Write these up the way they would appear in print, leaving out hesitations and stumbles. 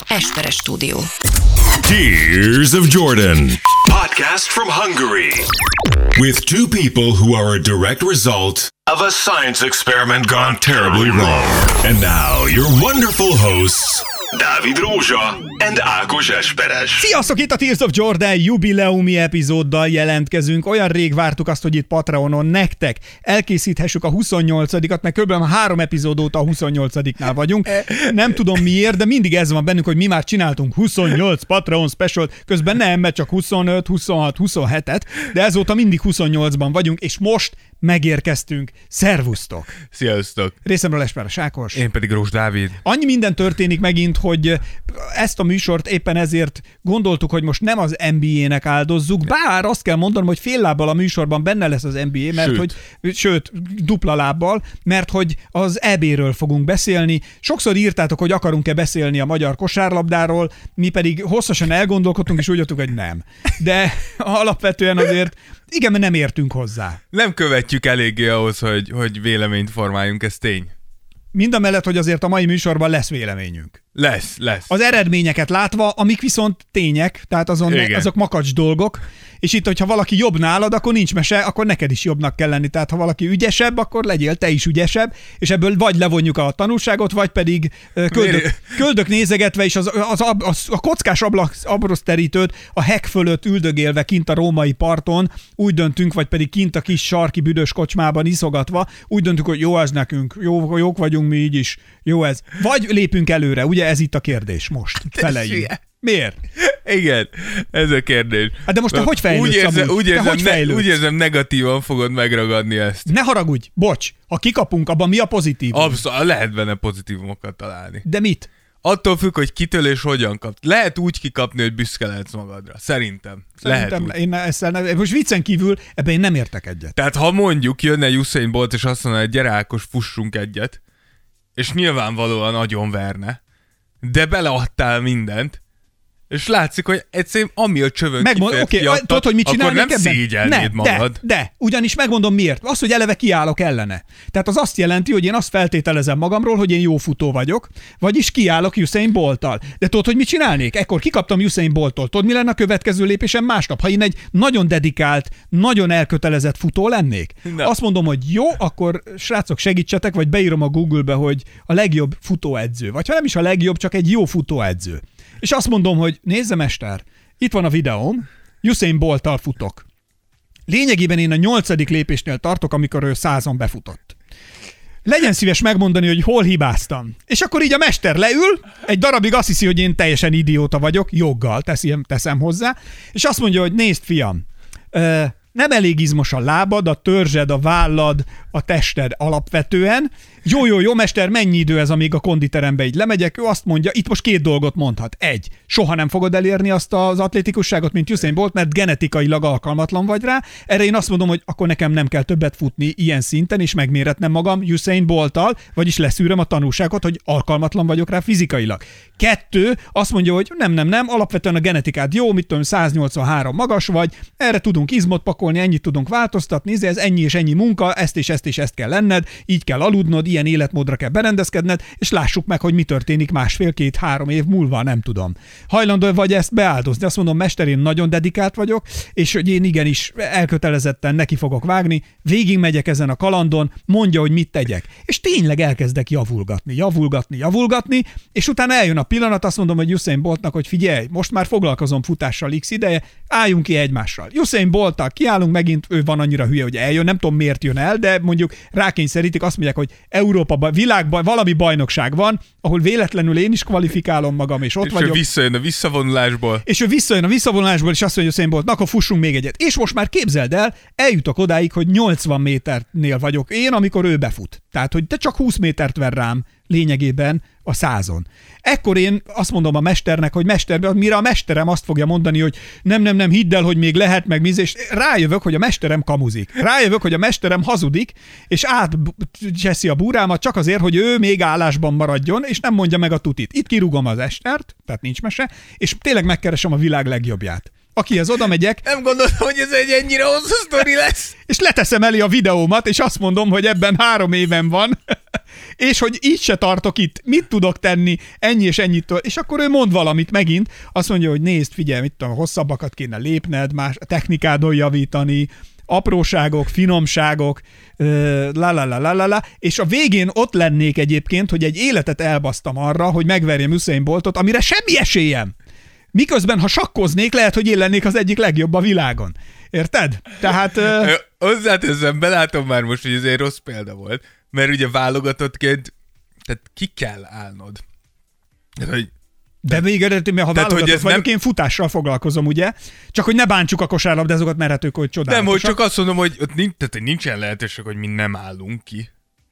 Esperes stúdió. Tears of Jordan. Podcast from Hungary. With two people who are a direct result of a science experiment gone terribly wrong. And now your wonderful hosts, Dávid Rózsa and Ákos Esperes. Sziasztok, itt a Tears of Jordan jubileumi epizóddal jelentkezünk. Olyan rég vártuk azt, hogy itt Patreonon nektek elkészíthessük a 28-at, mert kb. 3 epizód óta a 28-nál vagyunk. Nem tudom miért, de mindig ez van bennünk, hogy mi már csináltunk 28 Patreon special, közben nem, mert csak 25, 26, 27-et, de ezóta mindig 28-ban vagyunk, és most megérkeztünk. Szervusztok! Sziasztok! Részemről Esperes Ákos. Én pedig Rós Dávid. Annyi minden történik megint, hogy ezt a műsort éppen ezért gondoltuk, hogy most nem az NBA-nek áldozzuk, bár azt kell mondanom, hogy fél lábbal a műsorban benne lesz az NBA, mert sőt, dupla lábbal, mert hogy az EB-ről fogunk beszélni. Sokszor írtátok, hogy akarunk-e beszélni a magyar kosárlabdáról, mi pedig hosszasan elgondolkodtunk, és úgy jöttünk, hogy nem. De alapvetően azért igen, mert nem értünk hozzá. Nem követjük eléggé ahhoz, hogy véleményt formáljunk, ez tény. Mindamellett, hogy azért a mai műsorban lesz véleményünk. Lesz. Az eredményeket látva, amik viszont tények, tehát azok makacs dolgok, és itt, hogyha valaki jobb nálad, akkor nincs mese, akkor neked is jobbnak kell lenni. Tehát ha valaki ügyesebb, akkor legyél te is ügyesebb, és ebből vagy levonjuk a tanulságot, vagy pedig köldök nézegetve, és a kockás abroszterítőt a heg fölött üldögélve kint a római parton, úgy döntünk, vagy pedig kint a kis sarki büdös kocsmában iszogatva, úgy döntünk, hogy jó ez nekünk, jók vagyunk mi így is, jó ez. Vagy lépünk előre, ugye ez itt a kérdés most. Feleljünk. Miért? Igen, ez a kérdés. Hát de most te hogy fejlődsz? Úgy érzem, negatívan fogod megragadni ezt. Ne haragudj, bocs, ha kikapunk, abban mi a pozitív? Abszolút, lehet benne pozitívumokat találni. De mit? Attól függ, hogy kitől és hogyan kap. Lehet úgy kikapni, hogy büszke lehetsz magadra. Szerintem most viccen kívül ebben én nem értek egyet. Tehát ha mondjuk jönne Usain Bolt, és azt mondaná, hogy gyere Ákos, fussunk egyet, és nyilvánvalóan nagyon verne, de beleadtál mindent, és látszik, hogy egyszerűen ami a csövön kifért kiadtad, hogy mit akkor nem szégyelnéd magad. De, ugyanis megmondom miért. Az, hogy eleve kiállok ellene. Tehát az azt jelenti, hogy én azt feltételezem magamról, hogy én jó futó vagyok, vagyis kiállok Usain Bolttal. De tudod, hogy mit csinálnék? Ekkor kikaptam Usain Bolttól. Tudod, mi lenne a következő lépésem másnap? Ha én egy nagyon dedikált, nagyon elkötelezett futó lennék. Na. Azt mondom, hogy jó, akkor srácok segítsetek, vagy beírom a Google-be, hogy a legjobb futóedző. Vagy ha nem is a legjobb, csak egy jó futóedző. És azt mondom, hogy nézze mester, itt van a videóm, Usain Bolttal futok. Lényegében én a 8. lépésnél tartok, amikor ő 100-on befutott. Legyen szíves megmondani, hogy hol hibáztam. És akkor így a mester leül, egy darabig azt hiszi, hogy én teljesen idióta vagyok, joggal teszem hozzá, és azt mondja, hogy nézd fiam, nem elég izmos a lábad, a törzsed, a vállad, a tested alapvetően. Jó, mester, mennyi idő ez, amíg a konditerembe így lemegyek? Ő azt mondja, itt most 2 dolgot mondhat. 1. Soha nem fogod elérni azt az atlétikusságot, mint Usain Bolt, mert genetikailag alkalmatlan vagy rá. Erre én azt mondom, hogy akkor nekem nem kell többet futni ilyen szinten, és megméretnem magam Usain Bolttal, vagyis leszűröm a tanulságot, hogy alkalmatlan vagyok rá fizikailag. 2. Azt mondja, hogy nem, alapvetően a genetikád jó, mit tudom, 183 magas vagy, erre tudunk izmot pakolni, ennyit tudunk változtatni, ez ennyi és ennyi munka, ezt és ezt kell lenned, így kell aludnod, ilyen életmódra kell berendezkedned, és lássuk meg, hogy mi történik 1,5-2-3 év múlva, nem tudom. Hajlandó vagy ezt beáldozni? Azt mondom, mester, én nagyon dedikált vagyok, és hogy én igenis elkötelezetten neki fogok vágni, végig megyek ezen a kalandon, mondja, hogy mit tegyek. És tényleg elkezdek javulgatni, és utána eljön a pillanat, azt mondom, hogy Usain Boltnak, hogy figyelj, most már foglalkozom futással x ideje, álljunk ki egymással. Usain Bolttal kiállunk, megint ő van annyira hülye, hogy eljön, nem tudom miért jön el, de mondjuk rákényszerítik, azt mondják, hogy Európában, világban valami bajnokság van, ahol véletlenül én is kvalifikálom magam, és ott vagyok. És ő visszajön a visszavonulásból. És azt mondja, hogy Usain Bolt, akkor fussunk még egyet. És most már képzeld el, eljutok odáig, hogy 80 méternél vagyok én, amikor ő befut. Tehát, hogy te csak 20 métert ver rám lényegében a 100-on. Ekkor én azt mondom a mesternek, hogy mester, mire a mesterem azt fogja mondani, hogy nem, hidd el, hogy még lehet, meg és rájövök, hogy a mesterem kamuzik. Rájövök, hogy a mesterem hazudik, és átcseszi a búrámat csak azért, hogy ő még állásban maradjon, és nem mondja meg a tutit. Itt kirúgom az estert, tehát nincs mese, és tényleg megkeresem a világ legjobbját. akihez oda megyek, Nem gondoltam, hogy ez egy ennyire hosszú sztori lesz. és leteszem elé a videómat, és azt mondom, hogy ebben 3 évem van, és hogy így se tartok itt, mit tudok tenni, ennyi és ennyitől, és akkor ő mond valamit megint, azt mondja, hogy nézd, figyelj, mit tudom, hosszabbakat kéne lépned, más technikádon javítani, apróságok, finomságok, és a végén ott lennék egyébként, hogy egy életet elbasztam arra, hogy megverjem Usain Boltot, amire semmi esélyem. Miközben, ha sakkoznék, lehet, hogy én lennék az egyik legjobb a világon. Érted? Tehát... Hozzáteszem, belátom már most, hogy ez egy rossz példa volt, mert ugye válogatottként, tehát ki kell állnod. Tehát, hogy De még eredetileg, ha válogatott vagyok, én futással foglalkozom, ugye? Csak hogy ne bántsuk a kosárlabdázókat, mert ők hogy csodálatosak. Nem, hogy csak azt mondom, hogy ott tehát nincsen lehetőség, hogy mi nem állunk ki.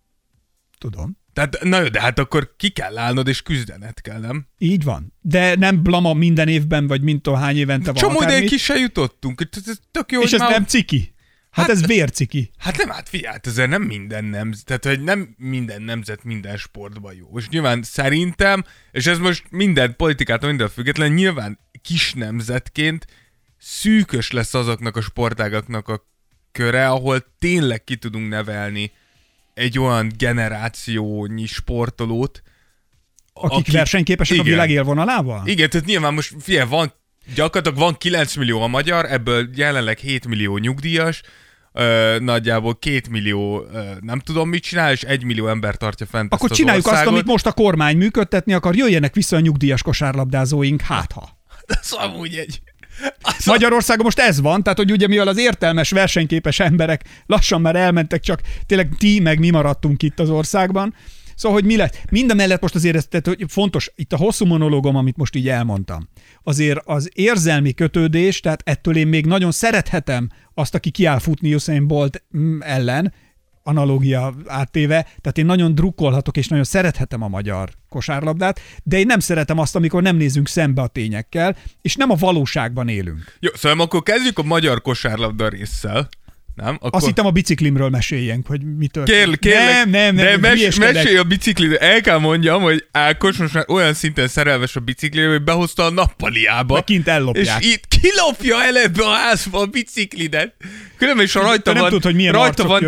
Tudom. Tehát, na jó, de hát akkor ki kell állnod, és küzdened kell, nem? Így van. De nem blama minden évben, vagy mint hány évente van. Csomó ideig ki se jutottunk. Ez tök jó, és ez nem ciki. Hát ez vérciki. Hát nem, hát figyelj, ezért nem minden nemzet, tehát hogy nem minden nemzet minden sportban jó. És nyilván szerintem, és ez most minden politikától, minden független, nyilván kis nemzetként szűkös lesz azoknak a sportágaknak a köre, ahol tényleg ki tudunk nevelni egy olyan generációnyi sportolót, akik versenyképesek igen. A világ élvonalával? Igen, tehát nyilván most figyelj, gyakorlatilag van 9 millió a magyar, ebből jelenleg 7 millió nyugdíjas, nagyjából 2 millió nem tudom mit csinál, és 1 millió ember tartja fent akkor ezt az csináljuk országot. azt, amit most a kormány működtetni akar, jöjjenek vissza a nyugdíjas kosárlabdázóink, hátha. Ez amúgy egy... Magyarországon most ez van, tehát hogy ugye mivel az értelmes, versenyképes emberek lassan már elmentek, csak tényleg ti meg mi maradtunk itt az országban. Szóval, hogy mi lett? Mindemellett most azért ez, tehát, hogy fontos, itt a hosszú monológom, amit most így elmondtam, azért az érzelmi kötődés, tehát ettől én még nagyon szerethetem azt, aki kiáll futni Usain Bolt ellen, analógia áttéve, tehát én nagyon drukkolhatok, és nagyon szerethetem a magyar kosárlabdát, de én nem szeretem azt, amikor nem nézünk szembe a tényekkel, és nem a valóságban élünk. Jó, szóval akkor kezdjük a magyar kosárlabda résszel. Nem? Akkor... Azt hittem a biciklimről meséljenk, hogy mitől. Kérlek, nem, mesélj a bicikliről. El kell mondjam, hogy Ákos most már olyan szinten szerelmes a biciklire, hogy behozta a nappaliába. Meg kint ellopják. És itt kilopja el ebbe a házba a biciklidet. Különben is rajta van, tud, hogy rajta van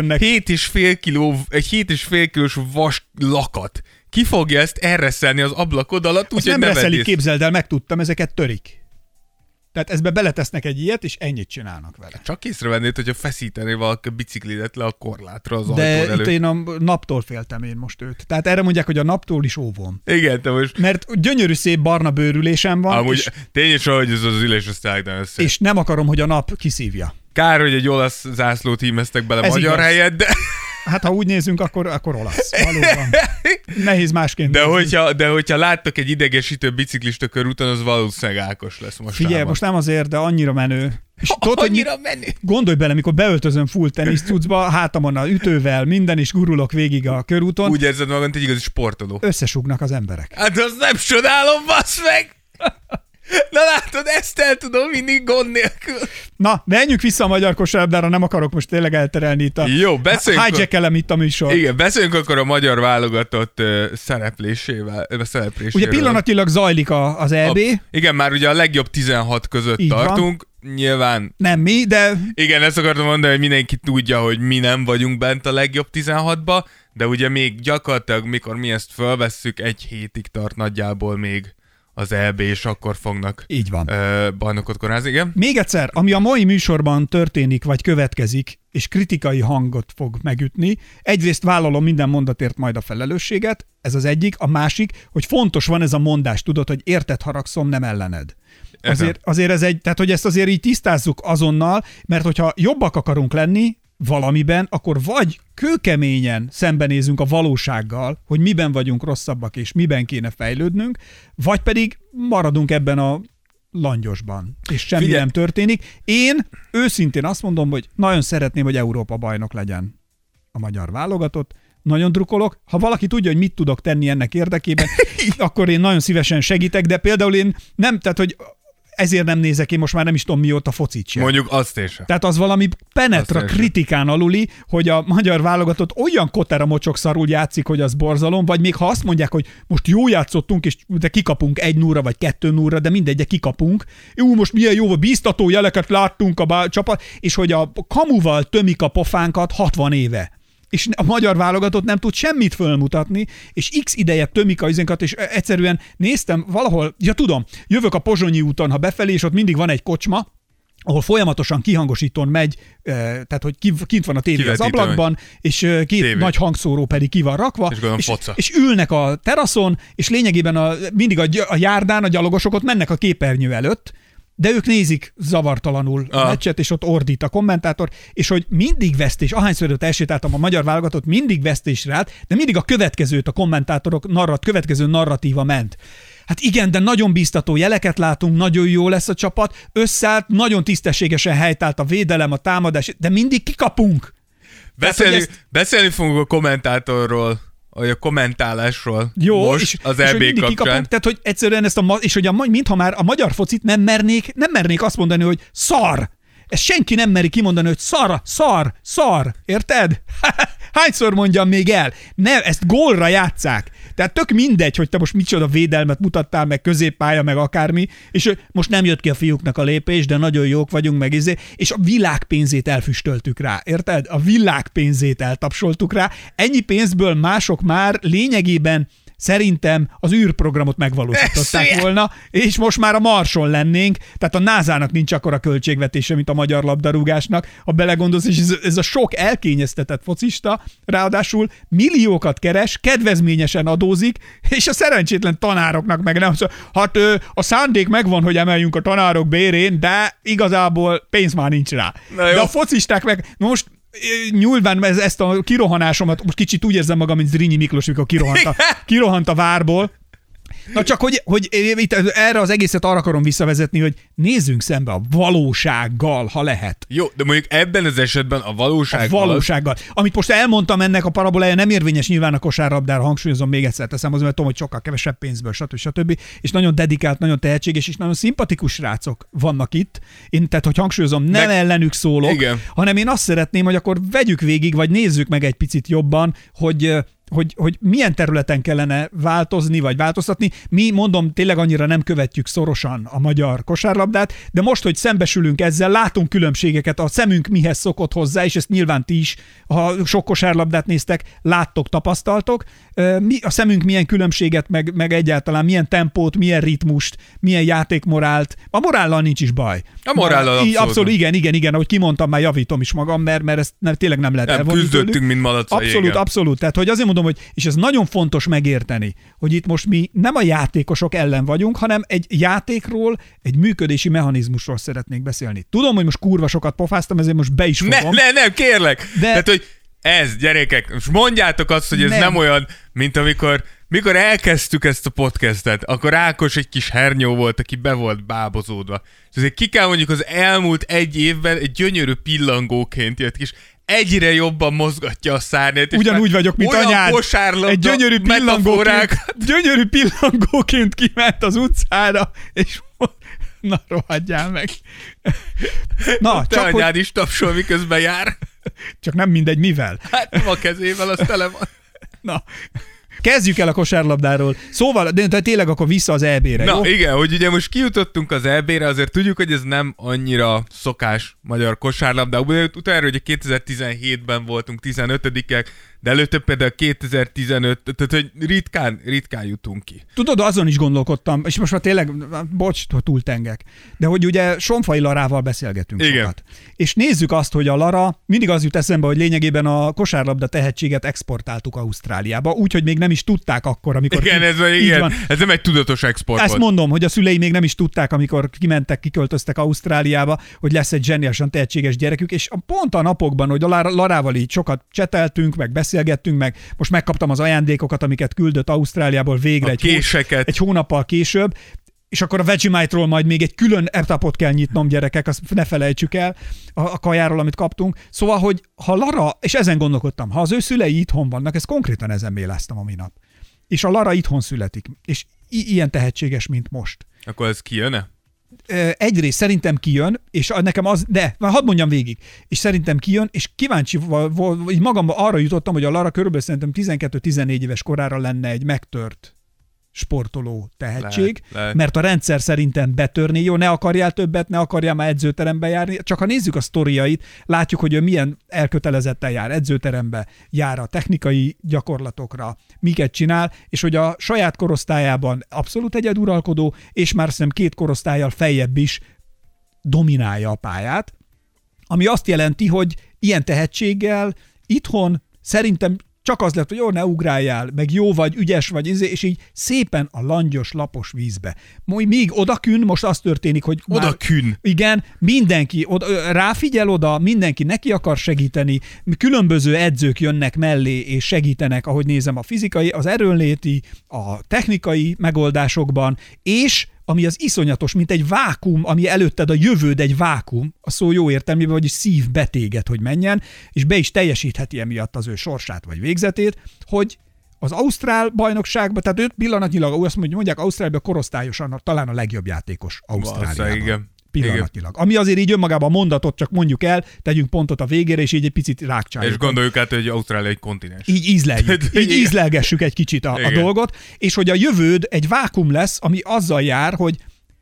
7,5 kilós vas lakat. Ki fogja ezt elreszelni az ablakod alatt, úgyhogy nem reszelik, képzeld el, megtudtam, ezeket törik. Tehát ezbe beletesznek egy ilyet, és ennyit csinálnak vele. Csak észrevennéd, hogyha feszítené valaki a biciklidet le a korlátra az ajtó előtt. előtt. De itt én a naptól féltem én most őt. Tehát erre mondják, hogy a naptól is óvom. Igen, te most... Mert gyönyörű szép barna bőrülésem van. Amúgy tényleg, hogy ez az ülés, azt nagyon szép. És nem akarom, hogy a nap kiszívja. Kár, hogy egy olasz zászlót hímeztek bele ez magyar igaz. helyet, de... Hát ha úgy nézünk, akkor olasz. Valóban. Nehéz másként. De hogyha láttok egy idegesítő biciklista körúton, az valószínűleg Ákos lesz most. Figyelj, most nem azért, de annyira menő. És tudod, annyira menő. Gondolj bele, mikor beöltözöm full teniszcuccba, hátamon a ütővel, minden is gurulok végig a körúton. Úgy érzed magad, egy igazi sportoló. Összesugnak az emberek. Hát az nem csodálom, bassz meg! Na látod, ezt el tudom mindig gond nélkül. Na, menjünk vissza a magyar kosárlabdára, nem akarok most tényleg elterelni itt a... Jó, beszéljünk... Hijackelem itt a műsor. Igen, beszéljünk akkor a magyar válogatott szereplésével. Ugye pillanatilag zajlik az EB. Igen, már ugye a legjobb 16 között így tartunk. Van. Nyilván... Nem mi, de... Igen, ezt akartam mondani, hogy mindenki tudja, hogy mi nem vagyunk bent a legjobb 16-ba, de ugye még gyakorlatilag, mikor mi ezt fölvesszük, 1 hétig tart nagyjából még az EB, és akkor fognak így van. Bajnokot koronázni, igen. Még egyszer, ami a mai műsorban történik, vagy következik, és kritikai hangot fog megütni, egyrészt vállalom minden mondatért majd a felelősséget, ez az egyik, a másik, hogy fontos van ez a mondás, tudod, hogy érted haragszom, nem ellened. Azért ez egy, tehát hogy ezt azért így tisztázzuk azonnal, mert hogyha jobbak akarunk lenni valamiben, akkor vagy kőkeményen szembenézünk a valósággal, hogy miben vagyunk rosszabbak, és miben kéne fejlődnünk, vagy pedig maradunk ebben a langyosban, és semmi nem történik. Én őszintén azt mondom, hogy nagyon szeretném, hogy Európa bajnok legyen a magyar válogatott, nagyon drukkolok. Ha valaki tudja, hogy mit tudok tenni ennek érdekében, akkor én nagyon szívesen segítek, de például én nem, tehát hogy ezért nem nézek én most már nem is tudom mióta focit sem. Mondjuk azt és sem. Tehát az valami penetra kritikán aluli, hogy a magyar válogatott olyan kotera mocsok szarul játszik, hogy az borzalom, vagy még ha azt mondják, hogy most jó játszottunk, és de kikapunk 1-0-ra vagy 2-0-ra, de mindegy, de kikapunk. Jó, most milyen jó, bíztató jeleket láttunk a csapat, és hogy a kamuval tömik a pofánkat 60 éve. És a magyar válogatott nem tud semmit fölmutatni, és x ideje tömik a izénkat, és egyszerűen néztem valahol, ja tudom, jövök a Pozsonyi úton, ha befelé, és ott mindig van egy kocsma, ahol folyamatosan kihangosítón megy, tehát hogy kint van a tévé az ablakban, és két nagy hangszóró pedig ki van rakva, és ülnek a teraszon, és lényegében mindig a járdán a gyalogosok ott mennek a képernyő előtt, de ők nézik zavartalanul a meccset, és ott ordít a kommentátor, és hogy mindig vesztés, ahányszor ott elsétáltam a magyar válogatott, mindig vesztésre állt, de mindig a következőt a kommentátorok következő narratíva ment. Hát igen, de nagyon bíztató jeleket látunk, nagyon jó lesz a csapat, összeállt, nagyon tisztességesen helytált a védelem, a támadás, de mindig kikapunk. Beszélni fogunk a kommentátorról, vagy a kommentálásról jó, most és, az és EB kapcsán. Kikapunk, tehát, hogy egyszerűen és hogy mintha már a magyar focit nem mernék azt mondani, hogy szar. Ezt senki nem meri kimondani, hogy szar. Érted? Hányszor mondjam még el? Ne, ezt gólra játsszák. Tehát tök mindegy, hogy te most micsoda védelmet mutattál, meg középpálya, meg akármi, és most nem jött ki a fiúknak a lépés, de nagyon jók vagyunk, meg és a világ pénzét elfüstöltük rá. Érted? A világ pénzét eltapsoltuk rá. Ennyi pénzből mások már lényegében szerintem az űrprogramot megvalósították volna, és most már a Marson lennénk, tehát a NASA-nak nincs akkora költségvetése, mint a magyar labdarúgásnak, ha belegondolsz, és ez a sok elkényeztetett focista, ráadásul milliókat keres, kedvezményesen adózik, és a szerencsétlen tanároknak meg nem. Hát a szándék megvan, hogy emeljünk a tanárok bérén, de igazából pénz már nincs rá. De a focisták meg, most nyilván ezt a kirohanásomat, most kicsit úgy érzem magam, mint Zrínyi Miklós, amikor kirohant a várból. Na csak, hogy itt erre az egészet arra akarom visszavezetni, hogy nézzünk szembe a valósággal, ha lehet. Jó, de mondjuk ebben az esetben a valósággal. Amit most elmondtam, ennek a parabolája nem érvényes nyilván a kosárlabdára, hangsúlyozom, még egyszer teszem, azért, mert tudom, hogy sokkal kevesebb pénzből, stb. És nagyon dedikált, nagyon tehetséges, és nagyon szimpatikus srácok vannak itt. Én, tehát, hogy hangsúlyozom, nem ellenük szólok, igen, hanem én azt szeretném, hogy akkor vegyük végig, vagy nézzük meg egy picit jobban, hogy milyen területen kellene változni, vagy változtatni. Mi, mondom, tényleg annyira nem követjük szorosan a magyar kosárlabdát, de most, hogy szembesülünk ezzel, látunk különbségeket, a szemünk mihez szokott hozzá, és ezt nyilván ti is, ha sok kosárlabdát néztek, láttok, tapasztaltok. A szemünk milyen különbséget, meg egyáltalán milyen tempót, milyen ritmust, milyen játékmorált. A morállal nincs is baj. A morállal abszolút. Igen, ahogy kimondtam, már javítom is magam, mert ezt tényleg nem lehet elvonni. Küzdöttünk, mint malacai. Abszolút. Tehát, hogy azért mondom, és ez nagyon fontos megérteni, hogy itt most mi nem a játékosok ellen vagyunk, hanem egy játékról, egy működési mechanizmusról szeretnék beszélni. Tudom, hogy most kurva sokat pofáztam, ezért most be is fogom. Nem, kérlek. Tehát, hogy ez, gyerekek, most mondjátok azt, hogy ez nem olyan, mint mikor elkezdtük ezt a podcastet, akkor Ákos egy kis hernyó volt, aki be volt bábozódva. És azért ki kell mondjuk az elmúlt egy évben egy gyönyörű pillangóként jött ki, és egyre jobban mozgatja a szárnyát. Ugyanúgy vagyok, mint anyád. Egy gyönyörű pillangóként kiment az utcára, és na, rohadjál meg. Na, te csak anyád is tapsol, miközben jár. Csak nem mindegy, mivel. Hát nem a kezével, az tele van. Na, kezdjük el a kosárlabdáról. Szóval, de tényleg akkor vissza az EB-re, Na jó? Igen, hogy ugye most kijutottunk az EB-re, azért tudjuk, hogy ez nem annyira szokás magyar kosárlabdában. Utána, hogy 2017-ben voltunk 15-ek, de előtte például 2015, tehát hogy ritkán jutunk ki. Tudod, azon is gondolkodtam, és most már tényleg, bocs, túltengek, de hogy ugye Sonfai Larával beszélgetünk sokat. És nézzük azt, hogy a Lara, mindig az jut eszembe, hogy lényegében a kosárlabda tehetséget exportáltuk Ausztráliába, úgyhogy még nem is tudták akkor, amikor... Igen, ez nem egy tudatos export. Ezt mondom, hogy a szülei még nem is tudták, amikor kiköltöztek Ausztráliába, hogy lesz egy zseniálisan tehetséges gyerekük, és pont a napokban, hogy a Larával így sokat cseteltünk, meg beszélgettünk, meg most megkaptam az ajándékokat, amiket küldött Ausztráliából végre egy hónappal később, és akkor a Vegemite-ról majd még egy külön etapot kell nyitnom, gyerekek, azt ne felejtsük el a kajáról, amit kaptunk. Szóval, hogy ha Lara, és ezen gondolkodtam, ha az ő szülei itthon vannak, ezt konkrétan ezen méláztam a minap, és a Lara itthon születik, és ilyen tehetséges, mint most. Akkor ez kijön-e? egyrészt szerintem kijön, és nekem az, de hadd mondjam végig, és szerintem kijön, és kíváncsi így magamban arra jutottam, hogy a Lara körülbelül szerintem 12-14 éves korára lenne egy megtört sportoló tehetség, lehet. Mert a rendszer szerintem betörné, jó, ne akarjál többet, ne akarjál már edzőterembe járni, csak ha nézzük a sztoriait, látjuk, hogy ő milyen elkötelezetten jár edzőterembe, jár a technikai gyakorlatokra, miket csinál, és hogy a saját korosztályában abszolút egyeduralkodó, és már szerintem 2 korosztállyal feljebb is dominálja a pályát, ami azt jelenti, hogy ilyen tehetséggel itthon szerintem csak az lett, hogy jó, ne ugráljál, meg jó vagy, ügyes vagy, és így szépen a langyos, lapos vízbe. Míg odakün, most az történik, hogy odakün. Igen, mindenki ráfigyel oda, mindenki neki akar segíteni, különböző edzők jönnek mellé, és segítenek, ahogy nézem, a fizikai, az erőnléti, a technikai megoldásokban, és ami az iszonyatos, mint egy vákum, ami előtted a jövőd egy vákum, a szó jó értelmében, vagyis szív betéget, hogy menjen, és be is teljesítheti emiatt az ő sorsát vagy végzetét, hogy az ausztrál bajnokságban, tehát őt pillanatnyilag, azt mondják, Ausztráliában korosztályosan talán a legjobb játékos Ausztráliában. Igen. Pillanatnyilag. Ami azért így önmagában a mondatot csak mondjuk el, tegyünk pontot a végére, és így egy picit rákcsáljuk. És gondoljuk át, hogy Ausztrália egy kontinens. Így ízleljük. Így ízlelgessük egy kicsit a dolgot, és hogy a jövőd egy vákum lesz, ami azzal jár, hogy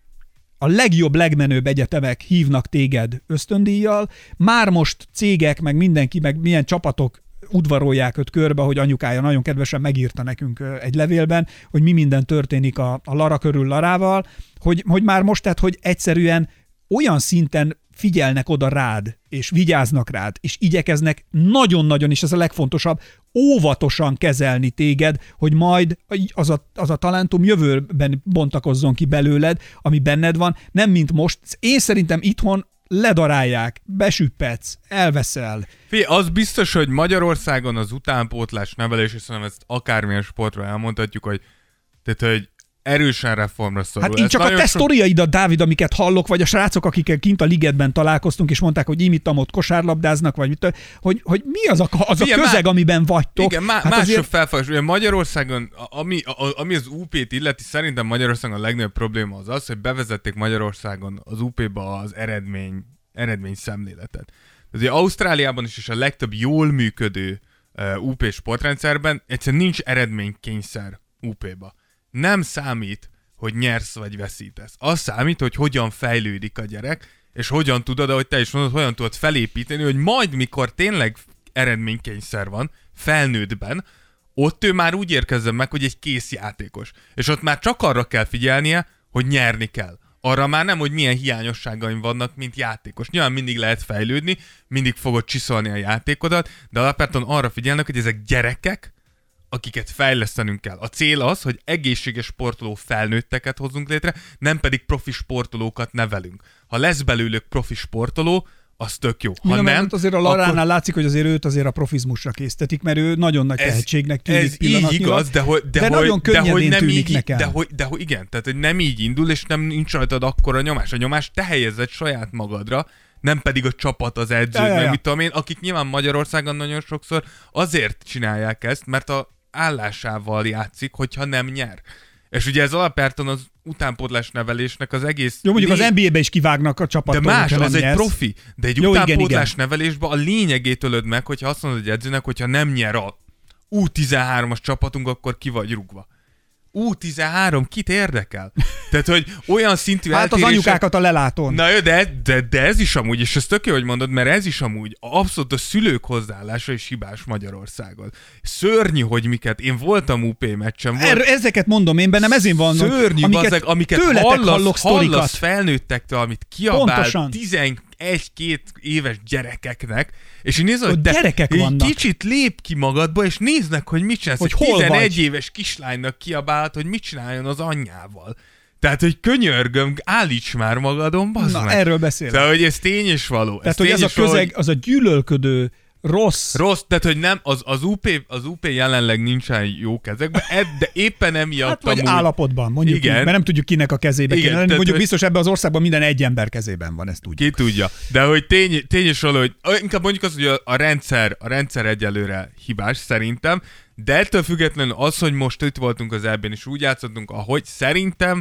a legjobb, legmenőbb egyetemek hívnak téged ösztöndíjjal, már most cégek, meg mindenki, meg milyen csapatok udvarolják őt körbe, hogy anyukája nagyon kedvesen megírta nekünk egy levélben, hogy mi minden történik a Lara körül Larával, hogy már most, tehát, hogy egyszerűen olyan szinten figyelnek oda rád, és vigyáznak rád, és igyekeznek nagyon-nagyon, és ez a legfontosabb, óvatosan kezelni téged, hogy majd az a talentum jövőben bontakozzon ki belőled, ami benned van, nem mint most. Én szerintem itthon ledarálják, besüppedsz, elveszel. Az biztos, hogy Magyarországon az utánpótlás nevelés, és szerintem ezt akármilyen sportra elmondhatjuk, hogy erősen reformra szorul. Hát én csak a te sztoriaidat, Dávid, amiket hallok, vagy a srácok, akikkel kint a ligetben találkoztunk, és mondták, hogy itt ott kosárlabdáznak, vagy mit, hogy mi az a közeg, amiben vagytok. Igen, mások felfogás. Magyarországon, ami az UP-t illeti, szerintem Magyarországon a legnagyobb probléma az, hogy bevezették Magyarországon az UP-ba az eredmény szemléletet. Azért Ausztráliában is, és a legtöbb jól működő UP sportrendszerben egyszerűen nincs eredménykényszer UP-ba. Nem számít, hogy nyersz vagy veszítesz. Az számít, hogy hogyan fejlődik a gyerek, és hogyan tudod, ahogy te is mondod, hogyan tudod felépíteni, hogy majd, mikor tényleg eredménykényszer van, felnőttben, ott ő már úgy érkezzen meg, hogy egy kész játékos. És ott már csak arra kell figyelnie, hogy nyerni kell. Arra már nem, hogy milyen hiányosságaim vannak, mint játékos. Nyilván mindig lehet fejlődni, mindig fogod csiszolni a játékodat, de alapvetően arra figyelnek, hogy ezek gyerekek, akiket fejlesztenünk kell. A cél az, hogy egészséges sportoló felnőtteket hozzunk létre, nem pedig profi sportolókat nevelünk. Ha lesz belőlük profi sportoló, az tök jó. Ha nem, azért a Laránál akkor látszik, hogy azért őt azért a profizmusra késztetik, mert ő nagyon nagy tehetségnek tűnik pillanatnyilag. Ez így igaz, de nagyon könnyedén nem tűnik nekem. De igen, tehát hogy nem így indul, és nem nincs rajtad akkora nyomás. A nyomás te helyezed saját magadra, nem pedig a csapat, az edző, meg mit tudom én, akik nyilván Magyarországon nagyon sokszor azért csinálják ezt, mert a állásával játszik, hogyha nem nyer. És ugye ez alapjártan az utánpótlás nevelésnek az egész... Jó, mondjuk az NBA-be is kivágnak a csapattól, de más, az egy profi. De egy utánpótlás nevelésben a lényegét ölöd meg, hogyha azt mondod egy edzőnek, hogyha nem nyer a U13-as csapatunk, akkor ki vagy rúgva. U13, kit érdekel? Tehát, hogy olyan szintű hát az anyukákat a lelátón. Na jó, de ez is amúgy, és ez tök jó, hogy mondod, mert ez is amúgy abszolút a szülők hozzáállása is hibás Magyarországon. Szörnyű, hogy miket. Én voltam UP meccsen. Ezeket mondom én bennem, ezért van. Szörnyű, amiket hallasz felnőttektől, amit kiabál 11-2 éves gyerekeknek, és én nézem, hogy gyerekek vannak. Kicsit lép ki magadba, és néznek, hogy mit csinálsz. Hogy 11 éves kislánynak kiabálhat, hogy mit csináljon az anyjával. Tehát, hogy könyörgöm, állíts már magadon, bazd meg. Erről beszélek. Tehát, hogy ez tény és való. Tehát, hogy ez a közeg, az a gyűlölködő, rossz, tehát, hogy nem, az UP jelenleg nincsen jó kezekben, de éppen emiatt hát vagy állapotban, mondjuk igen. Így, mert nem tudjuk kinek a kezébe kéne lenni. Mondjuk biztos ebben az országban minden egy ember kezében van, ezt tudjuk. Ki tudja. De hogy tény és való, hogy inkább mondjuk az, hogy a rendszer egyelőre hibás szerintem, de ettől függetlenül az, hogy most itt voltunk az EB-n és úgy játszottunk, ahogy szerintem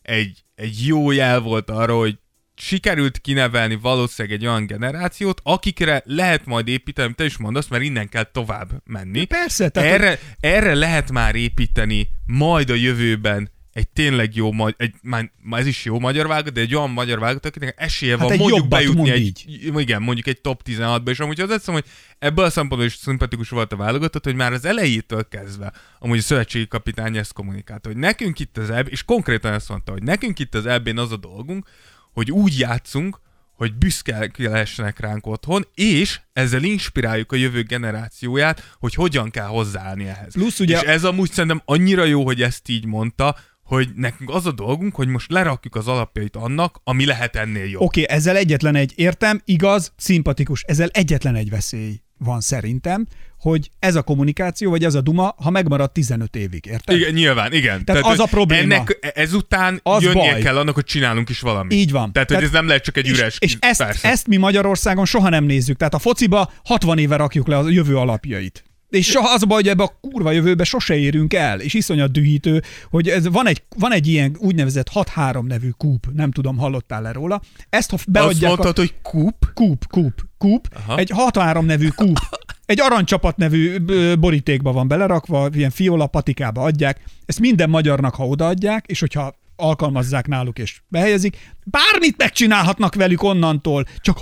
egy jó jel volt arra, hogy sikerült kinevelni valószínűleg egy olyan generációt, akikre lehet majd építeni, te is mondasz, mert innen kell tovább menni. Persze. Tehát erre lehet már építeni majd a jövőben egy tényleg jó, ez is jó magyar válogatott, de egy olyan magyar válogatott, akinek esélye van mondjuk bejutni mondjuk egy top 16-ba, és amúgy hozzáteszem, hogy ebből a szempontból is szimpatikus volt a válogatott, hogy már az elejétől kezdve amúgy a szövetségi kapitány ezt kommunikálta, hogy nekünk itt az EB, és konkrétan ezt mondta, hogy nekünk itt az EB-n az a dolgunk, hogy úgy játszunk, hogy büszke lehessenek ránk otthon, és ezzel inspiráljuk a jövő generációját, hogy hogyan kell hozzáállni ehhez. Plusz, ugye... És ez amúgy szerintem annyira jó, hogy ezt így mondta, hogy nekünk az a dolgunk, hogy most lerakjuk az alapjait annak, ami lehet ennél jobb. Oké, ezzel egyetlen egy értem, igaz, szimpatikus, ezzel egyetlen egy veszély van szerintem, hogy ez a kommunikáció, vagy ez a duma, ha megmarad 15 évig, érted? Igen, nyilván, igen. Tehát az a probléma. Ezután az jönnie baj. kell annak, hogy csinálunk is valamit. Így van. Tehát hogy ez nem lehet csak egy üres... És ezt mi Magyarországon soha nem nézzük. Tehát a fociba 60 éve rakjuk le a jövő alapjait. És soha az a baj, hogy ebbe a kurva jövőbe sose érünk el, és iszonyat dühítő, hogy ez van egy ilyen úgynevezett 6-3 nevű kúp, nem tudom, hallottál-e róla. Ezt, ha beadják... Azt mondtad, hogy kúp? Kúp. Egy 6-3 nevű kúp. Egy aranycsapat nevű borítékba van belerakva, ilyen fiola patikába adják. Ezt minden magyarnak, ha odaadják, és hogyha alkalmazzák náluk és behelyezik, bármit megcsinálhatnak velük onnantól. Csak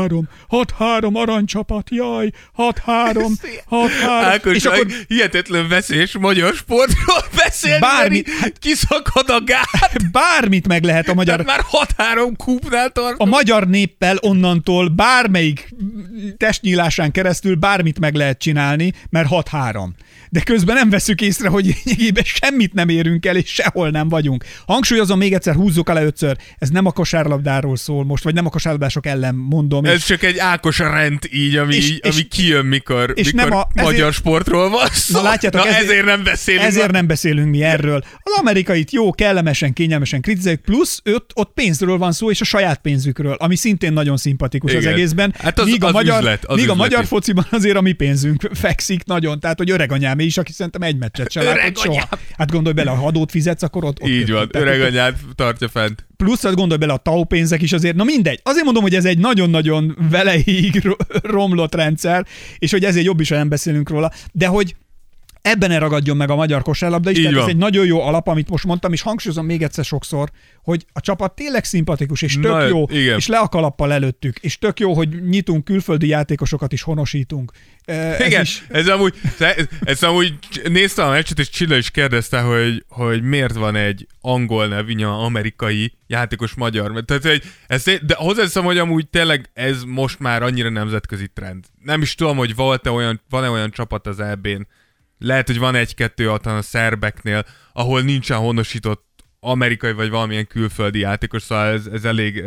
6-3 aranycsapat, jaj, 6-3. Ákos, és akkor hihetetlen veszélyes magyar sportról beszélni, kiszakad a gát. Bármit meg lehet a magyar... Tehát már 6-3 kúpnál tartunk. A magyar néppel onnantól bármelyik testnyílásán keresztül bármit meg lehet csinálni, mert 6-3. De közben nem veszük észre, hogy lényegében semmit nem érünk el, és sehol nem vagyunk. Hangsúlyozom még egyszer, húzzuk alá 5-ször, ez nem a kosárlabdáról szól most, vagy nem a kosárlabdások ellen mondom. Ez csak egy Ákos rend így, ami kijön, mikor magyar sportról van szó. Látjátok, ezért nem beszélünk. Ezért nem beszélünk mi erről. Az amerikait jó, kellemesen, kényelmesen kritizáljuk, plusz ott pénzről van szó, és a saját pénzükről, ami szintén nagyon szimpatikus az egészben. Hát míg a magyar fociban azért a mi pénzünk fekszik nagyon, tehát hogy öreganyám is, aki szerintem egy meccset sem látott soha. Hát gondolj bele, ha adót fizetsz, akkor ott így van, öreganyát tartja fent. Plusz, hát gondolj bele, a TAO pénzek is azért, na mindegy. Azért mondom, hogy ez egy nagyon-nagyon veleig romlott rendszer, és hogy ezért jobb is, ha nem beszélünk róla, de hogy ebben ne ragadjon meg a magyar kosárlabda is, tehát ez egy nagyon jó alap, amit most mondtam, és hangsúlyozom még egyszer sokszor, hogy a csapat tényleg szimpatikus, és tök jó, igen. És le a kalappal előttük, és tök jó, hogy nyitunk külföldi játékosokat is honosítunk. Igen, ez amúgy néztem a meccset, és Csilla is kérdezte, hogy miért van egy angol nevű, amerikai játékos magyar. Tehát, de hozzáteszem, hogy amúgy tényleg ez most már annyira nemzetközi trend. Nem is tudom, hogy van-e olyan csapat az EB-n, lehet, hogy van egy-kettő a szerbeknél, ahol nincsen honosított amerikai vagy valamilyen külföldi játékos, szóval ez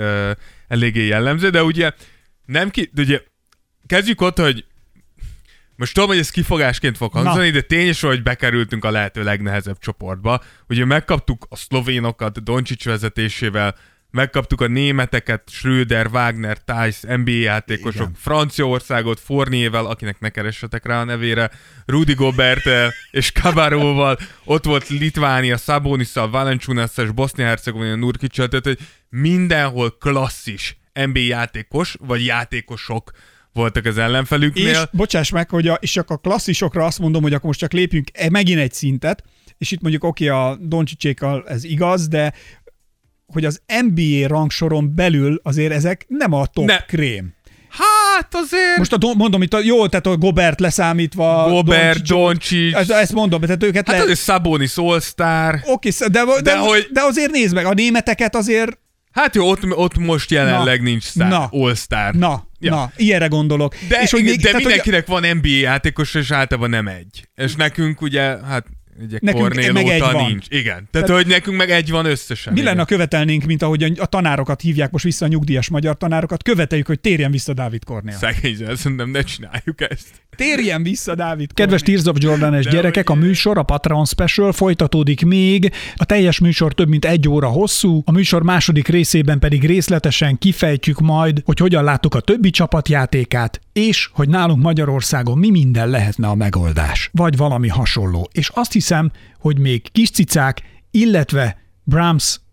eléggé jellemző, de ugye ugye kezdjük ott, hogy most tudom, hogy ez kifogásként fog hangzani, de tényes, hogy bekerültünk a lehető legnehezebb csoportba. Ugye megkaptuk a szlovénokat Doncsics vezetésével, megkaptuk a németeket, Schröder, Wagner, Thijs, NBA játékosok, igen. Franciaországot Fourniervel, akinek ne keressetek rá a nevére, Rudy Goberttel és Kabaróval, ott volt Litvánia, Szabonisszal, Valanciunasszal és Bosznia-Hercegovina Nurkicsal, tehát hogy mindenhol klasszis NBA játékos, vagy játékosok voltak az ellenfelüknél. És bocsáss meg, hogy és csak a klasszisokra azt mondom, hogy akkor most csak lépjünk megint egy szintet, és itt mondjuk a Doncsicsékkal ez igaz, de hogy az NBA rangsoron belül azért ezek nem a top krém. Hát azért... Most mondom, itt tehát a Gobert leszámítva... Gobert, Doncic... Ezt mondom, tehát őket hát azért Sabonis All-Star... Oké, de azért nézd meg, a németeket azért... Hát jó, ott most jelenleg nincs All-Star. Na, ilyenre gondolok. De, és hogy de mindenkinek van NBA játékos, és általában nem egy. És nekünk ugye, hát... Ugye Kornél óta nincs. Igen. Tehát, hogy nekünk meg egy van összesen. Mi lenne, követelnénk, mint ahogy a tanárokat hívják most vissza, a nyugdíjas magyar tanárokat, követeljük, hogy térjen vissza Dávid Kornél. Szegényen, szerintem ne csináljuk ezt. Térjen vissza Dávid Kornél. Kedves Tears of Jordan-es gyerekek, a műsor, a Patreon Special folytatódik még. A teljes műsor több mint 1 óra hosszú, a műsor második részében pedig részletesen kifejtjük majd, hogy hogyan láttuk a többi csapatjátékát, és hogy nálunk Magyarországon mi minden lehetne a megoldás. Vagy valami hasonló. És azt hiszem, hogy még kis cicák, illetve Brahms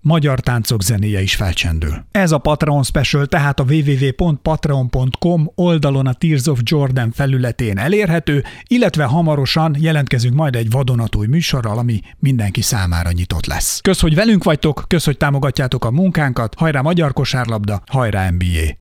magyar táncok zenéje is felcsendül. Ez a Patreon Special tehát a www.patreon.com oldalon a Tears of Jordan felületén elérhető, illetve hamarosan jelentkezünk majd egy vadonatúj műsorral, ami mindenki számára nyitott lesz. Kösz, hogy velünk vagytok, kösz, hogy támogatjátok a munkánkat, hajrá magyar kosárlabda, hajrá NBA!